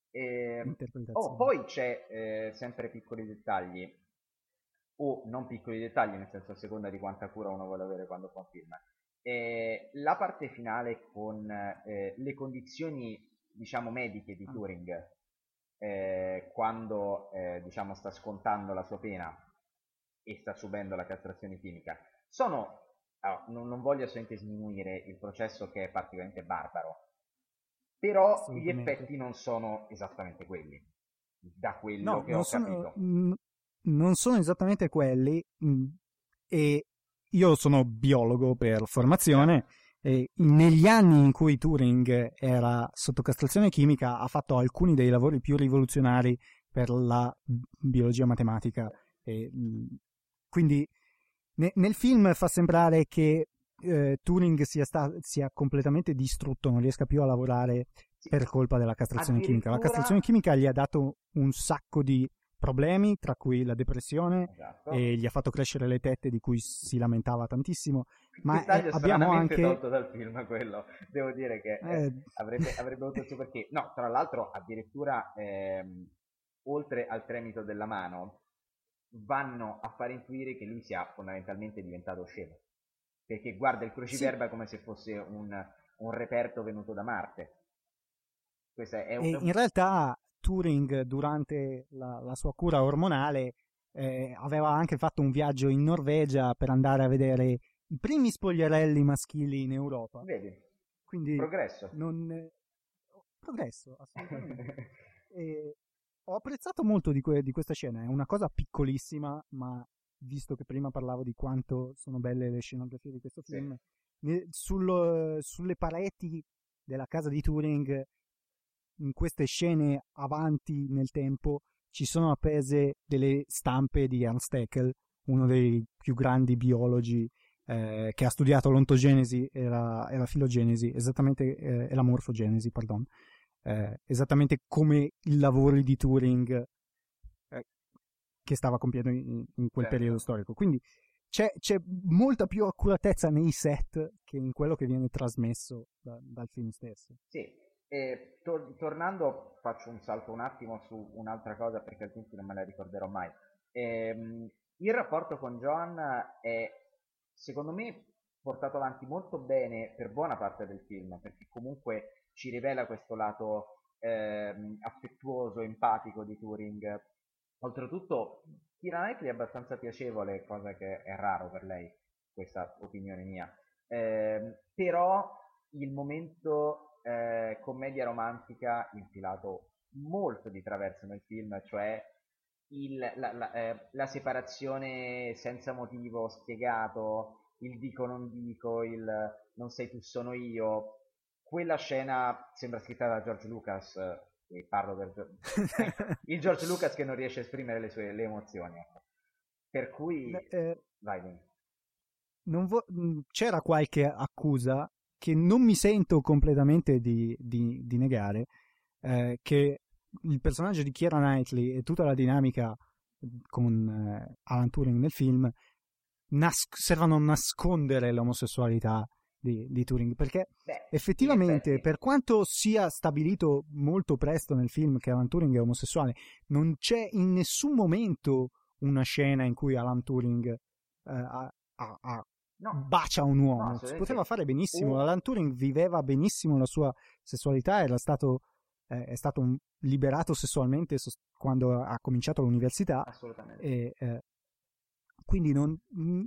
Speaker 2: Poi c'è sempre piccoli dettagli, o non piccoli dettagli, nel senso a seconda di quanta cura uno vuole avere quando fa un film. La parte finale con le condizioni, diciamo, mediche di Turing, quando diciamo sta scontando la sua pena e sta subendo la castrazione chimica, sono, non voglio assolutamente sminuire il processo, che è particolarmente barbaro, però gli effetti non sono esattamente quelli, da quello che ho capito.
Speaker 1: Non sono esattamente quelli, e io sono biologo per formazione, e negli anni in cui Turing era sotto castrazione chimica ha fatto alcuni dei lavori più rivoluzionari per la biologia matematica, e quindi nel film fa sembrare che Turing sia completamente distrutto, non riesca più a lavorare per colpa della castrazione chimica. La castrazione chimica gli ha dato un sacco di problemi, tra cui la depressione, e gli ha fatto crescere le tette, di cui si lamentava tantissimo. Ma abbiamo anche
Speaker 2: tolto dal film quello, devo dire che avrebbe avuto il suo perché. No, tra l'altro addirittura oltre al tremito della mano vanno a far intuire che lui sia fondamentalmente diventato scemo, perché guarda il cruciverba come se fosse un reperto venuto da Marte.
Speaker 1: In realtà Turing, durante la sua cura ormonale, aveva anche fatto un viaggio in Norvegia per andare a vedere i primi spogliarelli maschili in Europa.
Speaker 2: Vedi?
Speaker 1: Quindi
Speaker 2: progresso.
Speaker 1: Progresso, assolutamente. Ho apprezzato molto di questa scena, è una cosa piccolissima, ma visto che prima parlavo di quanto sono belle le scenografie di questo film, sulle pareti della casa di Turing, in queste scene avanti nel tempo, ci sono appese delle stampe di Ernst Haeckel, uno dei più grandi biologi che ha studiato l'ontogenesi e la filogenesi, esattamente, e la morfogenesi, pardon, esattamente come i lavori di Turing che stava compiendo in quel periodo storico. Quindi c'è molta più accuratezza nei set che in quello che viene trasmesso dal film stesso.
Speaker 2: Sì, e tornando, faccio un salto un attimo su un'altra cosa, perché altrimenti non me la ricorderò mai. Il rapporto con Joan è, secondo me, portato avanti molto bene per buona parte del film, perché comunque ci rivela questo lato affettuoso, empatico di Turing. Oltretutto Keira Knightley è abbastanza piacevole, cosa che è raro per lei, questa opinione mia. Però il momento commedia romantica infilato molto di traverso nel film, cioè la separazione senza motivo spiegato, il dico non dico, il non sei tu sono io, quella scena sembra scritta da George Lucas, e parlo del il George Lucas che non riesce a esprimere le emozioni, ecco. Per cui vai.
Speaker 1: C'era qualche accusa che non mi sento completamente di negare, che il personaggio di Keira Knightley e tutta la dinamica con Alan Turing nel film servono a nascondere l'omosessualità di Turing, perché effettivamente, per quanto sia stabilito molto presto nel film che Alan Turing è omosessuale, non c'è in nessun momento una scena in cui Alan Turing bacia un uomo. Si poteva fare benissimo. Alan Turing viveva benissimo la sua sessualità, è stato liberato sessualmente quando ha cominciato l'università.
Speaker 2: Assolutamente.
Speaker 1: E quindi non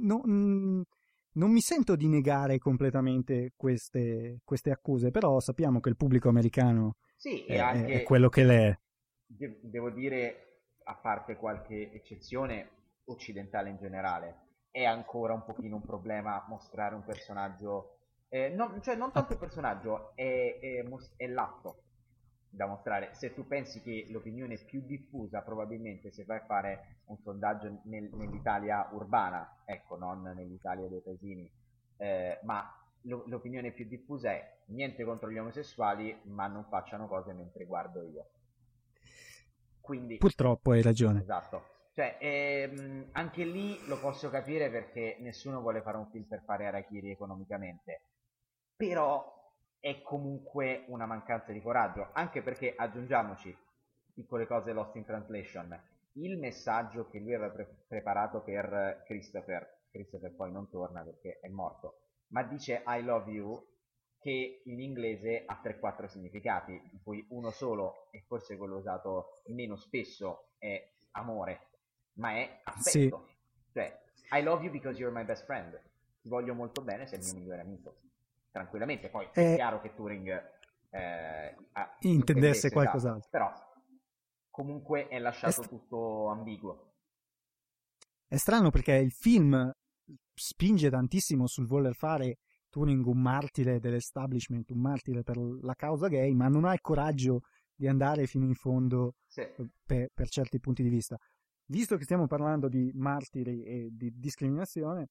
Speaker 1: mi sento di negare completamente queste accuse, però sappiamo che il pubblico americano è quello che l'è.
Speaker 2: Devo dire, a parte qualche eccezione, occidentale in generale, è ancora un pochino un problema mostrare un personaggio, non tanto il personaggio, è l'atto da mostrare. Se tu pensi che l'opinione più diffusa, probabilmente, se vai a fare un sondaggio nell'Italia urbana, ecco, non nell'Italia dei paesini, ma l'opinione più diffusa è niente contro gli omosessuali, ma non facciano cose mentre guardo io. Quindi,
Speaker 1: purtroppo hai ragione.
Speaker 2: Esatto. Cioè, anche lì lo posso capire, perché nessuno vuole fare un film per fare harakiri economicamente, però è comunque una mancanza di coraggio, anche perché, aggiungiamoci, piccole cose lost in translation. Il messaggio che lui aveva preparato per Christopher poi non torna perché è morto, ma dice I love you, che in inglese ha 3-4 significati, di cui uno solo, e forse quello usato meno spesso, è amore, ma è affetto. Sì. Cioè, I love you because you're my best friend. Ti voglio molto bene, sei il mio migliore amico. Tranquillamente, poi è chiaro che Turing
Speaker 1: intendesse qualcos'altro.
Speaker 2: Però comunque è lasciato tutto ambiguo.
Speaker 1: È strano perché il film spinge tantissimo sul voler fare Turing un martire dell'establishment, un martire per la causa gay, ma non ha il coraggio di andare fino in fondo per certi punti di vista. Visto che stiamo parlando di martiri e di discriminazione,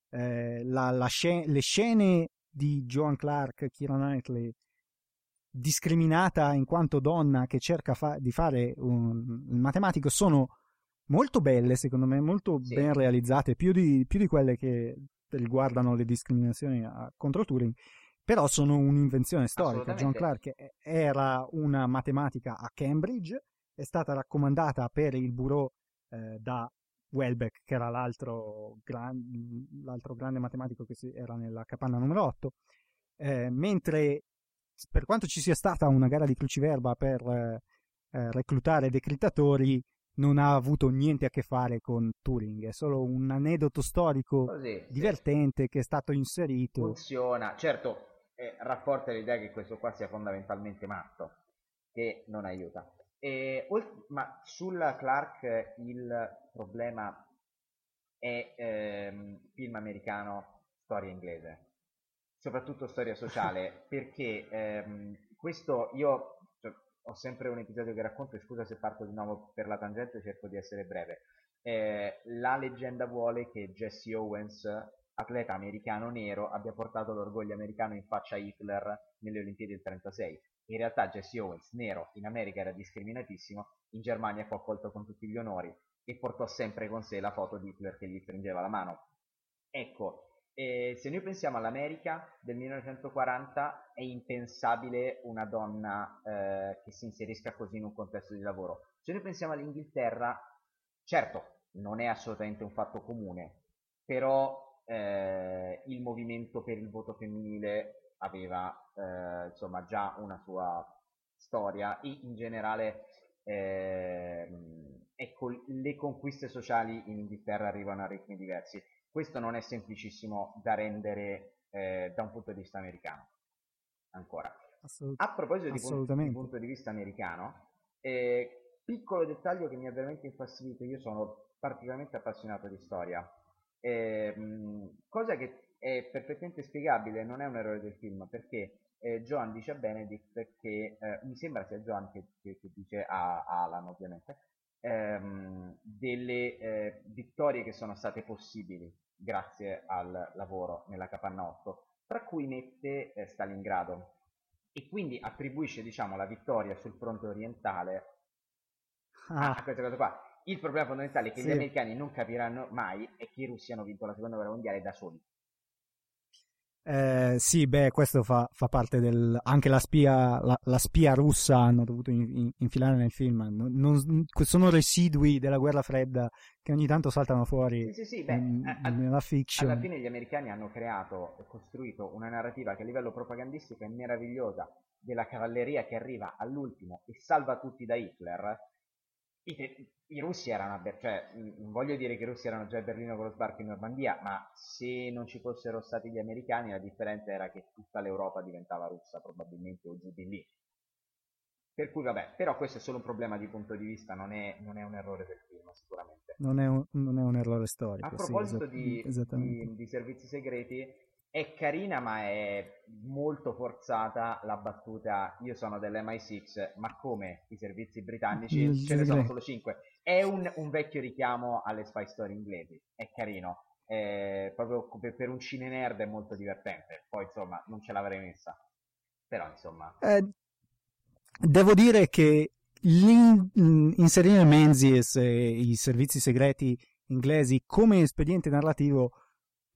Speaker 1: le scene di Joan Clark, Keira Knightley, discriminata in quanto donna che cerca di fare il matematico, sono molto belle, secondo me, molto ben realizzate, più di quelle che riguardano le discriminazioni contro Turing, però sono un'invenzione storica. Joan Clark era una matematica a Cambridge, è stata raccomandata per il bureau da Welbeck, che era l'altro grande matematico che era nella capanna numero 8, mentre per quanto ci sia stata una gara di cruciverba per reclutare decrittatori, non ha avuto niente a che fare con Turing, è solo un aneddoto storico divertente che è stato inserito.
Speaker 2: Funziona, certo, rafforza l'idea che questo qua sia fondamentalmente matto, che non aiuta. Ma sulla Clark il problema è film americano, storia inglese, soprattutto storia sociale, perché questo io ho sempre un episodio che racconto, e scusa se parto di nuovo per la tangente, cerco di essere breve. La leggenda vuole che Jesse Owens, atleta americano nero, abbia portato l'orgoglio americano in faccia a Hitler nelle Olimpiadi del 36. In realtà Jesse Owens, nero, in America era discriminatissimo, in Germania fu accolto con tutti gli onori e portò sempre con sé la foto di Hitler che gli stringeva la mano. Ecco, se noi pensiamo all'America del 1940, è impensabile una donna che si inserisca così in un contesto di lavoro. Se noi pensiamo all'Inghilterra, certo, non è assolutamente un fatto comune, però il movimento per il voto femminile aveva insomma già una sua storia, e in generale ecco, le conquiste sociali in Inghilterra arrivano a ritmi diversi. Questo non è semplicissimo da rendere da un punto di vista americano, ancora. A proposito di punto di vista americano, piccolo dettaglio che mi ha veramente infastidito: io sono particolarmente appassionato di storia, cosa che è perfettamente spiegabile, non è un errore del film, perché Joan dice a Benedict che, mi sembra sia Joan che dice a Alan ovviamente, delle vittorie che sono state possibili grazie al lavoro nella capanna 8, tra cui mette Stalingrado, e quindi attribuisce, diciamo, la vittoria sul fronte orientale a questa cosa qua. Il problema fondamentale che gli americani non capiranno mai è che i russi hanno vinto la seconda guerra mondiale da soli.
Speaker 1: Sì, beh, questo fa parte anche la spia russa hanno dovuto infilare nel film. Sono residui della guerra fredda che ogni tanto saltano fuori nella fiction.
Speaker 2: Alla fine gli americani hanno creato e costruito una narrativa che a livello propagandistico è meravigliosa, della cavalleria che arriva all'ultimo e salva tutti da Hitler. I russi erano non voglio dire che i russi erano già a Berlino con lo sbarco in Normandia, ma se non ci fossero stati gli americani, la differenza era che tutta l'Europa diventava russa probabilmente, o giù di lì. Per cui vabbè, però questo è solo un problema di punto di vista, non è un errore del film sicuramente.
Speaker 1: Non è un errore storico.
Speaker 2: A proposito di servizi segreti, è carina ma è molto forzata la battuta "io sono dell'MI6, ma come i servizi britannici ce ne sono solo 5". È un vecchio richiamo alle spy story inglesi, è carino, proprio per un cine nerd è molto divertente, poi insomma non ce l'avrei messa, però insomma
Speaker 1: devo dire che inserire Menzies e i servizi segreti inglesi come espediente narrativo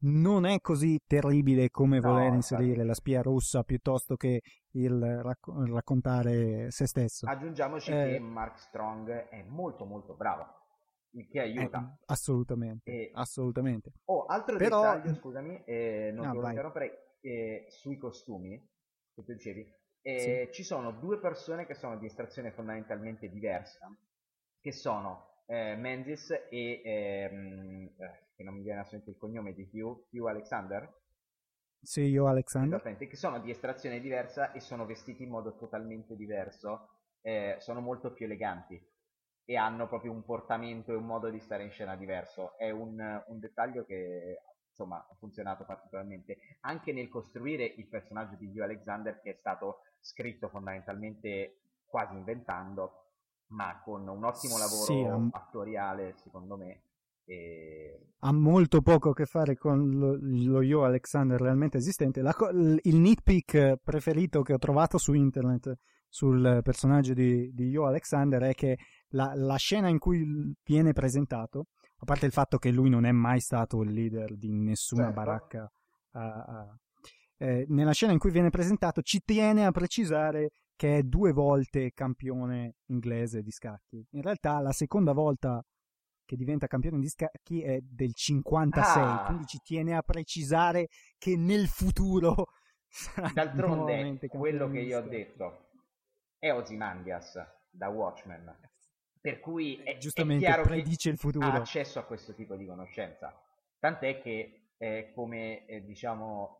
Speaker 1: non è così terribile come voler inserire la spia russa piuttosto che il raccontare se stesso.
Speaker 2: Aggiungiamoci che Mark Strong è molto molto bravo, il che aiuta.
Speaker 1: Assolutamente, assolutamente.
Speaker 2: Altro dettaglio, scusami, non ti voglio interrompere, sui costumi, che tu dicevi, ci sono due persone che sono di estrazione fondamentalmente diversa, che sono Menzies e che non mi viene assolutamente il cognome di Hugh Alexander.
Speaker 1: Sì, Hugh Alexander.
Speaker 2: Esattamente, che sono di estrazione diversa e sono vestiti in modo totalmente diverso, sono molto più eleganti e hanno proprio un portamento e un modo di stare in scena diverso. È un dettaglio che insomma ha funzionato particolarmente anche nel costruire il personaggio di Hugh Alexander, che è stato scritto fondamentalmente quasi inventando, ma con un ottimo lavoro attoriale, secondo me.
Speaker 1: Ha molto poco a che fare con lo Hugh Alexander realmente esistente. Il nitpick preferito che ho trovato su internet sul personaggio di Hugh Alexander è che la scena in cui viene presentato, a parte il fatto che lui non è mai stato il leader di nessuna baracca, nella scena in cui viene presentato ci tiene a precisare che è 2 volte campione inglese di scacchi. In realtà la seconda volta che diventa campione di scacchi è del 56, quindi ci tiene a precisare che nel futuro sarà
Speaker 2: d'altronde quello che io ho detto è Ozymandias da Watchmen, per cui è chiaro
Speaker 1: predice il futuro,
Speaker 2: ha accesso a questo tipo di conoscenza, tant'è che come diciamo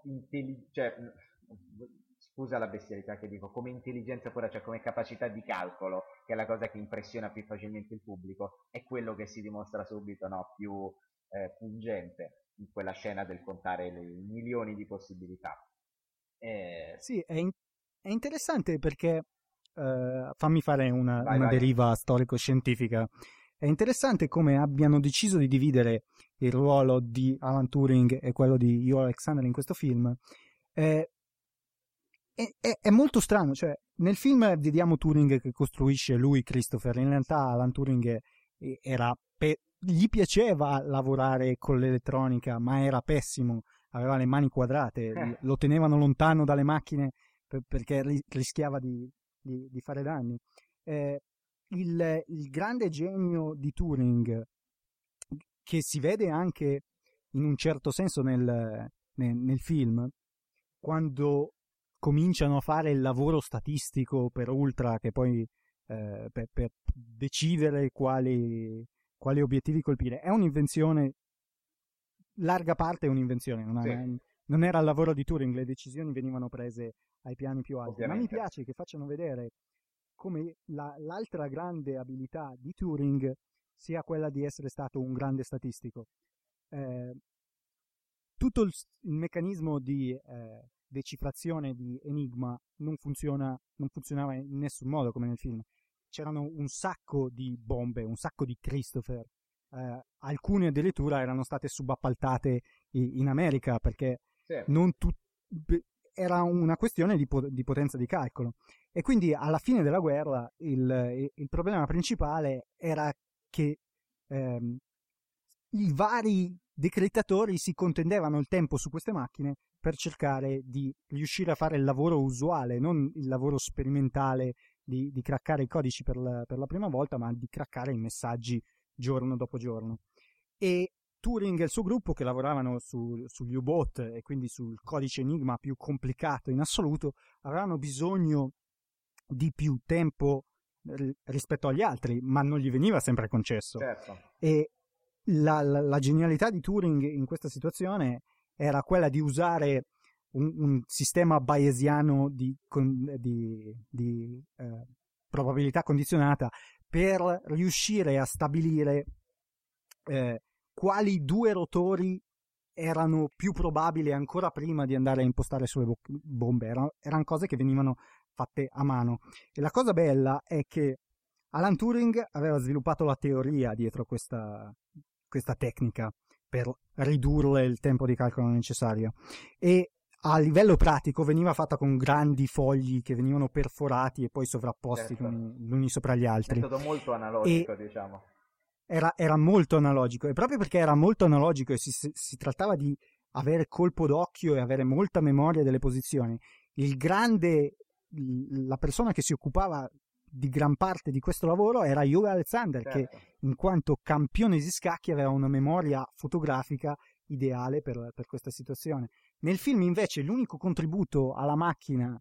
Speaker 2: scusa la bestialità che dico, come intelligenza pura, cioè come capacità di calcolo, che è la cosa che impressiona più facilmente il pubblico, è quello che si dimostra subito più pungente in quella scena del contare le milioni di possibilità.
Speaker 1: Sì, è interessante perché fammi fare una deriva storico-scientifica. È interessante come abbiano deciso di dividere il ruolo di Alan Turing e quello di Hugh Alexander in questo film. È molto strano, cioè nel film vediamo Turing che costruisce lui, Christopher. In realtà Alan Turing gli piaceva lavorare con l'elettronica, ma era pessimo, aveva le mani quadrate, lo tenevano lontano dalle macchine perché rischiava di fare danni. Il grande genio di Turing, che si vede anche in un certo senso nel film, quando cominciano a fare il lavoro statistico per ultra, che poi per decidere quali obiettivi colpire, è un'invenzione, larga parte è un'invenzione, non era il lavoro di Turing, le decisioni venivano prese ai piani più alti. Ovviamente. Ma mi piace che facciano vedere come l'altra grande abilità di Turing sia quella di essere stato un grande statistico. Tutto il meccanismo di decifrazione di Enigma non funzionava in nessun modo come nel film. C'erano un sacco di bombe, un sacco di Christopher, alcune addirittura erano state subappaltate in America perché era una questione di potenza di calcolo, e quindi alla fine della guerra il problema principale era che i vari decrittatori si contendevano il tempo su queste macchine per cercare di riuscire a fare il lavoro usuale, non il lavoro sperimentale di craccare i codici per la prima volta, ma di craccare i messaggi giorno dopo giorno. E Turing e il suo gruppo, che lavoravano sugli U-Boot e quindi sul codice Enigma più complicato in assoluto, avevano bisogno di più tempo rispetto agli altri, ma non gli veniva sempre concesso.
Speaker 2: Certo.
Speaker 1: E la genialità di Turing in questa situazione era quella di usare un sistema bayesiano di probabilità condizionata per riuscire a stabilire quali 2 rotori erano più probabili ancora prima di andare a impostare sulle bombe. Erano cose che venivano fatte a mano. E la cosa bella è che Alan Turing aveva sviluppato la teoria dietro questa tecnica per ridurre il tempo di calcolo necessario, e a livello pratico veniva fatta con grandi fogli che venivano perforati e poi sovrapposti gli uni sopra gli altri.
Speaker 2: È stato molto analogico, diciamo.
Speaker 1: Era molto analogico, e proprio perché era molto analogico e si trattava di avere colpo d'occhio e avere molta memoria delle posizioni. La persona che si occupava di gran parte di questo lavoro era Hugh Alexander,
Speaker 2: certo.
Speaker 1: che in quanto campione di scacchi aveva una memoria fotografica ideale per questa situazione. Nel film invece l'unico contributo alla macchina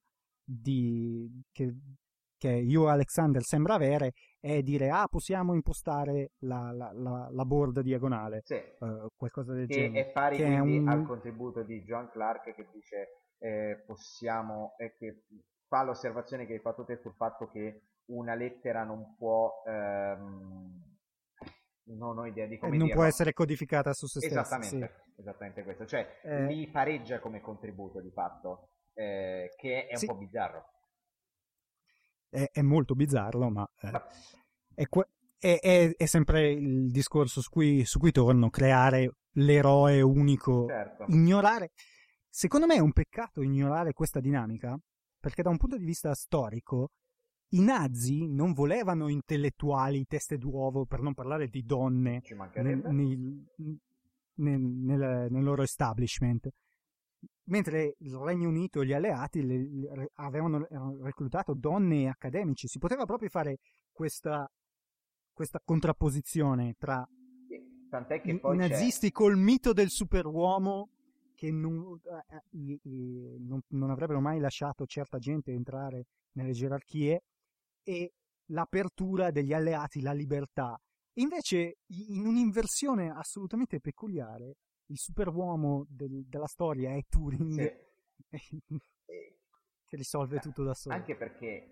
Speaker 1: che Hugh Alexander sembra avere è dire possiamo impostare la board diagonale,
Speaker 2: sì.
Speaker 1: qualcosa del
Speaker 2: che
Speaker 1: genere.
Speaker 2: è pari quindi al contributo di John Clark, che dice possiamo, che fa l'osservazione che hai fatto te sul fatto che una lettera non può non ho idea di come
Speaker 1: non
Speaker 2: dirlo.
Speaker 1: può essere codificata su se stessa.
Speaker 2: Esattamente, sì. Esattamente questo, cioè li pareggia come contributo di fatto, che è un po' bizzarro.
Speaker 1: È molto bizzarro, ma è sempre il discorso su cui torno: creare l'eroe unico.
Speaker 2: Certo.
Speaker 1: Secondo me è un peccato ignorare questa dinamica, perché da un punto di vista storico i nazi non volevano intellettuali teste d'uovo, per non parlare di donne nel loro establishment, mentre il Regno Unito e gli alleati avevano reclutato donne e accademici. Si poteva proprio fare questa contrapposizione tra
Speaker 2: tant'è che
Speaker 1: i
Speaker 2: poi
Speaker 1: nazisti col mito del superuomo, che non avrebbero mai lasciato certa gente entrare nelle gerarchie, e l'apertura degli alleati, la libertà. Invece, in un'inversione assolutamente peculiare, il superuomo della storia è Turing, sì. Che risolve tutto da solo.
Speaker 2: Anche perché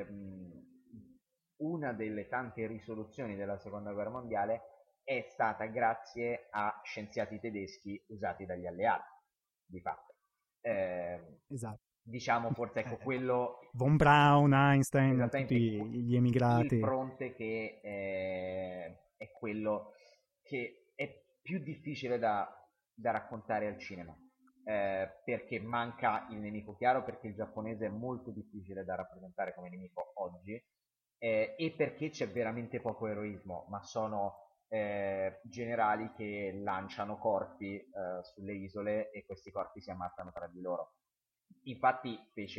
Speaker 2: una delle tante risoluzioni della seconda guerra mondiale è stata grazie a scienziati tedeschi usati dagli alleati, di fatto.
Speaker 1: Esatto.
Speaker 2: Diciamo forse quello...
Speaker 1: Von Braun, Einstein, tutti gli emigrati.
Speaker 2: Il fronte che è quello che è più difficile da raccontare al cinema, perché manca il nemico chiaro, perché il giapponese è molto difficile da rappresentare come nemico oggi, e perché c'è veramente poco eroismo, ma sono generali che lanciano corpi sulle isole e questi corpi si ammazzano tra di loro. Infatti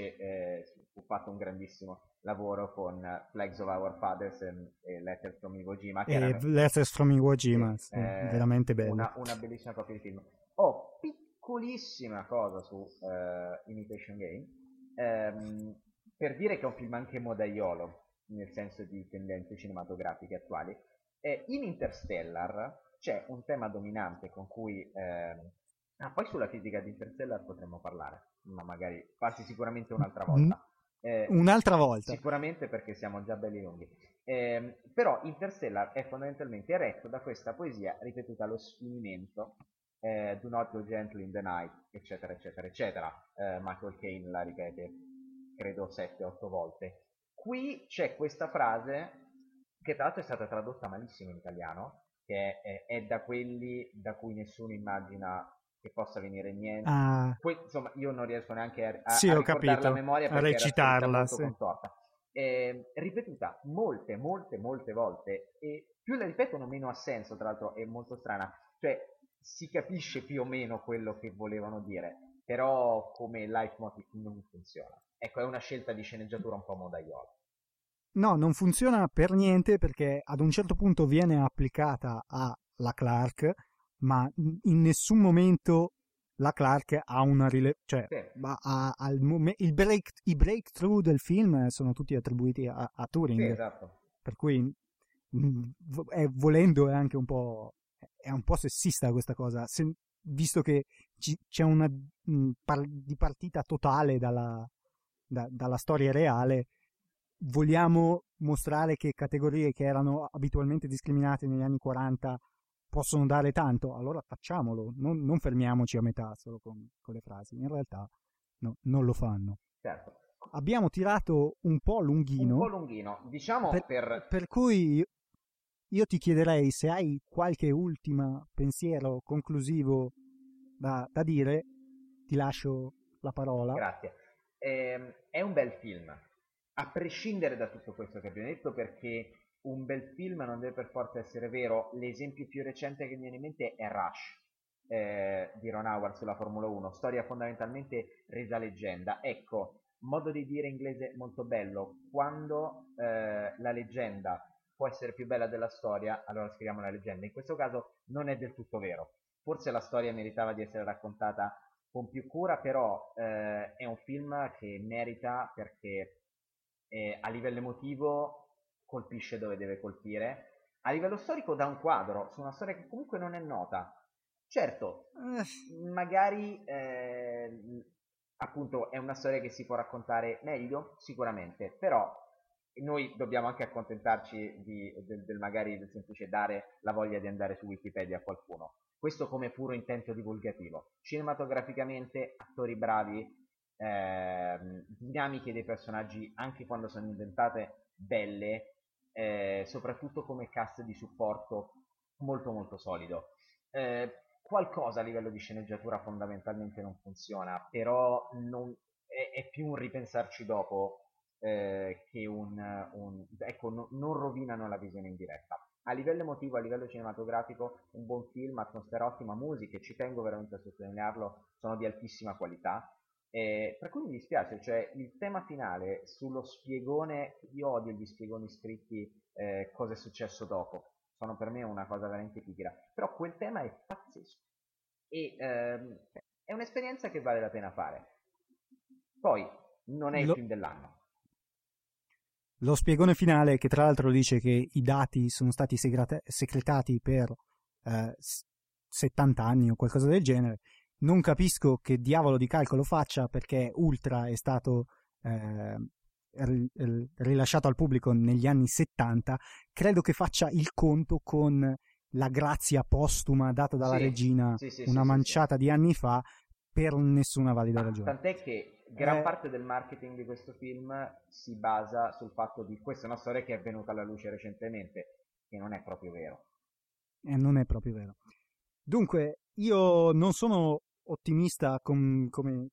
Speaker 2: fu fatto un grandissimo lavoro con Flags of Our Fathers e Letters from Iwo Jima,
Speaker 1: Letters from Iwo Jima, sì, veramente bello.
Speaker 2: Una bellissima copia di film. Piccolissima cosa su Imitation Game, per dire che è un film anche modaiolo nel senso di tendenze cinematografiche attuali. In Interstellar c'è un tema dominante con cui poi sulla fisica di Interstellar potremmo parlare, ma magari quasi sicuramente un'altra volta.
Speaker 1: Un'altra volta.
Speaker 2: Sicuramente, perché siamo già belli lunghi. Però Interstellar è fondamentalmente retto da questa poesia ripetuta allo sfinimento, Do not go gently in the night, eccetera, eccetera, eccetera. Michael Caine la ripete, credo 7-8 volte. Qui c'è questa frase, che tra l'altro è stata tradotta malissimo in italiano, che è da quelli da cui nessuno immagina che possa venire niente. Insomma, io non riesco neanche a ricordare la memoria, perché a recitarla, era molto contorta. Ripetuta molte volte, e più la ripetono meno ha senso. Tra l'altro è molto strana, cioè si capisce più o meno quello che volevano dire, però come leitmotiv non funziona. Ecco, è una scelta di sceneggiatura un po' modaiola.
Speaker 1: No, non funziona per niente, perché ad un certo punto viene applicata alla Clark, ma in nessun momento la Clark ha una cioè i breakthrough del film sono tutti attribuiti a Turing.
Speaker 2: Sì, esatto.
Speaker 1: Per cui volendo è anche un po' sessista questa cosa, visto che c'è una di partita totale dalla storia reale. Vogliamo mostrare che categorie che erano abitualmente discriminate negli anni 40 possono dare tanto, allora facciamolo, non fermiamoci a metà solo con le frasi. In realtà non lo fanno.
Speaker 2: Certo.
Speaker 1: Abbiamo tirato un po' lunghino,
Speaker 2: diciamo
Speaker 1: per cui io ti chiederei se hai qualche ultimo pensiero conclusivo da dire. Ti lascio la parola.
Speaker 2: Grazie. È un bel film, a prescindere da tutto questo che abbiamo detto, perché un bel film non deve per forza essere vero. L'esempio più recente che mi viene in mente è Rush, di Ron Howard sulla Formula 1, storia fondamentalmente resa leggenda. Ecco, modo di dire inglese molto bello, quando la leggenda può essere più bella della storia, allora scriviamo la leggenda. In questo caso non è del tutto vero. Forse la storia meritava di essere raccontata con più cura, però è un film che merita perché a livello emotivo colpisce dove deve colpire, a livello storico dà un quadro su una storia che comunque non è nota. Certo, magari appunto è una storia che si può raccontare meglio, sicuramente, però noi dobbiamo anche accontentarci magari del semplice dare la voglia di andare su Wikipedia a qualcuno. Questo come puro intento divulgativo. Cinematograficamente, attori bravi, dinamiche dei personaggi, anche quando sono inventate, belle, soprattutto come cast di supporto molto molto solido. Qualcosa a livello di sceneggiatura fondamentalmente non funziona, però è più un ripensarci dopo che ecco, non rovinano la visione in diretta. A livello emotivo, a livello cinematografico, un buon film, atmosfera ottima, musiche, ci tengo veramente a sottolinearlo, sono di altissima qualità. Per cui mi dispiace, cioè il tema finale sullo spiegone, io odio gli spiegoni scritti, cosa è successo dopo, sono per me una cosa veramente pigra, però quel tema è pazzesco e è un'esperienza che vale la pena fare. Poi non è il film dell'anno.
Speaker 1: Lo spiegone finale, che tra l'altro dice che i dati sono stati secretati per 70 anni o qualcosa del genere, non capisco che diavolo di calcolo faccia, perché Ultra è stato rilasciato al pubblico negli anni 70. Credo che faccia il conto con la grazia postuma data dalla regina una manciata di anni fa, per nessuna valida ragione.
Speaker 2: Tant'è che gran parte del marketing di questo film si basa sul fatto di questa è una storia che è venuta alla luce recentemente, che non è proprio vero.
Speaker 1: Non è proprio vero. Dunque, io non sono ottimista come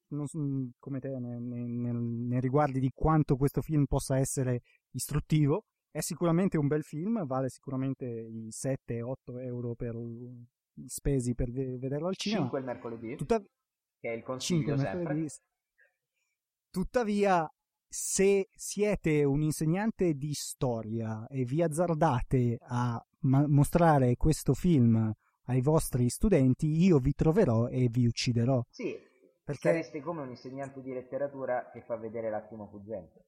Speaker 1: te nei riguardi di quanto questo film possa essere istruttivo. È sicuramente un bel film, vale sicuramente i 7-8 euro spesi per vederlo al cinema.
Speaker 2: 5 il mercoledì, che è il consiglio sempre.
Speaker 1: Tuttavia, se siete un insegnante di storia e vi azzardate a mostrare questo film ai vostri studenti, io vi troverò e vi ucciderò.
Speaker 2: Sì, perché saresti come un insegnante di letteratura che fa vedere l'attimo fuggente.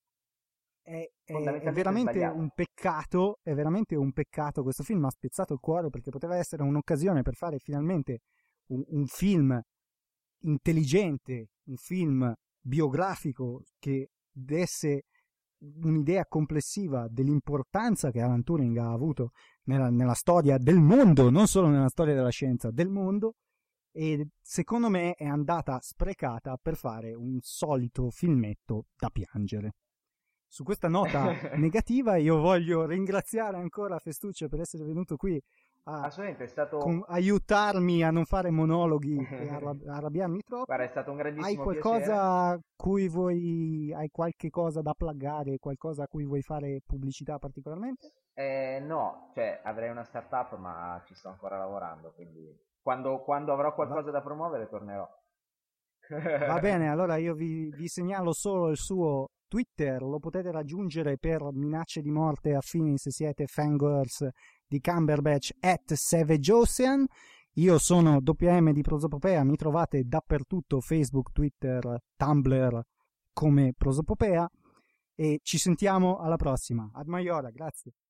Speaker 1: È veramente un peccato, è veramente un peccato. Questo film mi ha spezzato il cuore, perché poteva essere un'occasione per fare finalmente un film intelligente, un film biografico che desse un'idea complessiva dell'importanza che Alan Turing ha avuto nella storia del mondo, non solo nella storia della scienza, del mondo, e secondo me è andata sprecata per fare un solito filmetto da piangere. Su questa nota negativa io voglio ringraziare ancora Festuccio per essere venuto qui
Speaker 2: assolutamente, è stato
Speaker 1: aiutarmi a non fare monologhi e arrabbiarmi troppo.
Speaker 2: Guarda, è stato un grandissimo
Speaker 1: Hai qualcosa hai qualche cosa da pluggare, qualcosa a cui vuoi fare pubblicità particolarmente?
Speaker 2: No, cioè avrei una startup, ma ci sto ancora lavorando, quindi quando avrò qualcosa da promuovere tornerò.
Speaker 1: Va bene, allora io vi segnalo solo il suo Twitter, lo potete raggiungere per minacce di morte affini se siete fangirls di Cumberbatch @SavageOcean. Io sono WM di Prosopopea, mi trovate dappertutto, Facebook, Twitter, Tumblr come Prosopopea, e ci sentiamo alla prossima. Ad Maiora, grazie.